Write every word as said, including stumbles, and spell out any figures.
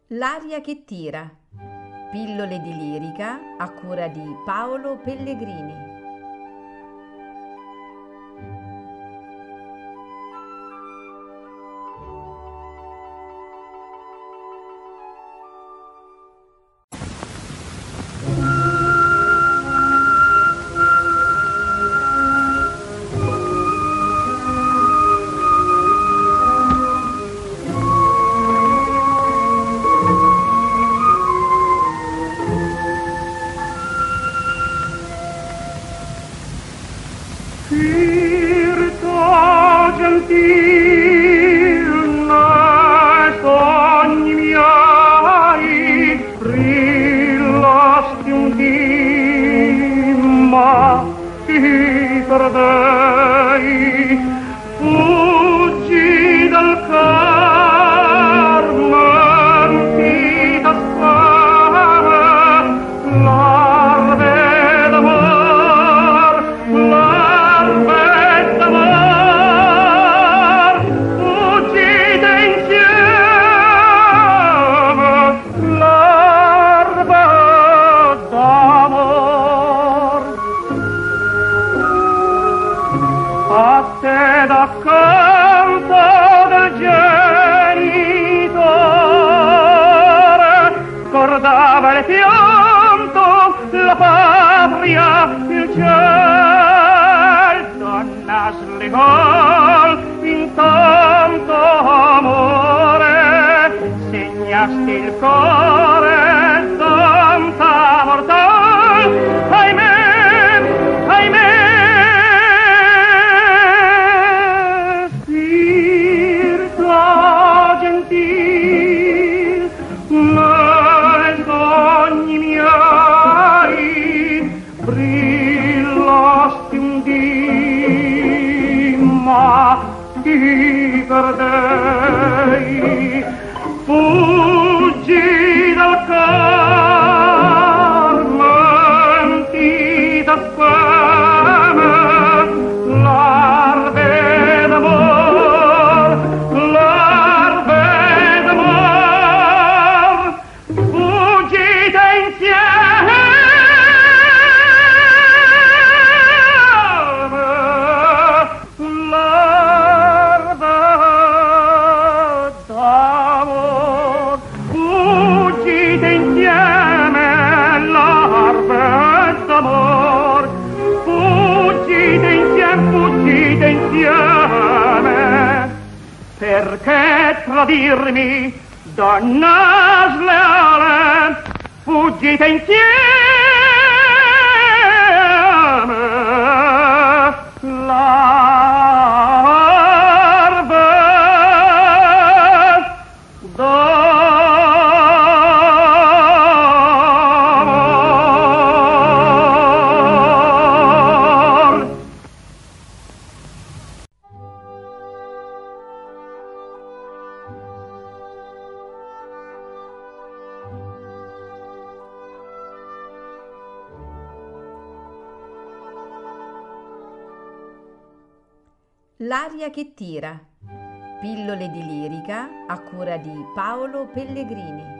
L'aria che tira. Pillole di lirica a cura di Paolo Pellegrini. Spirito gentil nei sogni miei brillasti un dì, ma ti perdei. Fuggi dal Carmen, ti t'aspara larve d'amor, larve d'amor. Fuggite insieme, larve d'amor. A te d'accanto del genitore scordava il pianto, la patria, il ciel. Donna slegol, intanto amore, segnasti il cuore tanta mortal. Ahimè, ahimè. Spirito gentil nei sogni miei brillasti un dì, ma ti perdei. Fuggi dal Carmen, ti t'affame, larve d'amor, larve d'amor. Fuggite insieme, larve d'amor. Fuggite insieme, larve d'amor. Fuggite insieme, fuggite insieme. Perché tradirmi, donna sleale? Fuggite insieme, larve d'amor. L'aria che tira. Pillole di lirica a cura di Paolo Pellegrini.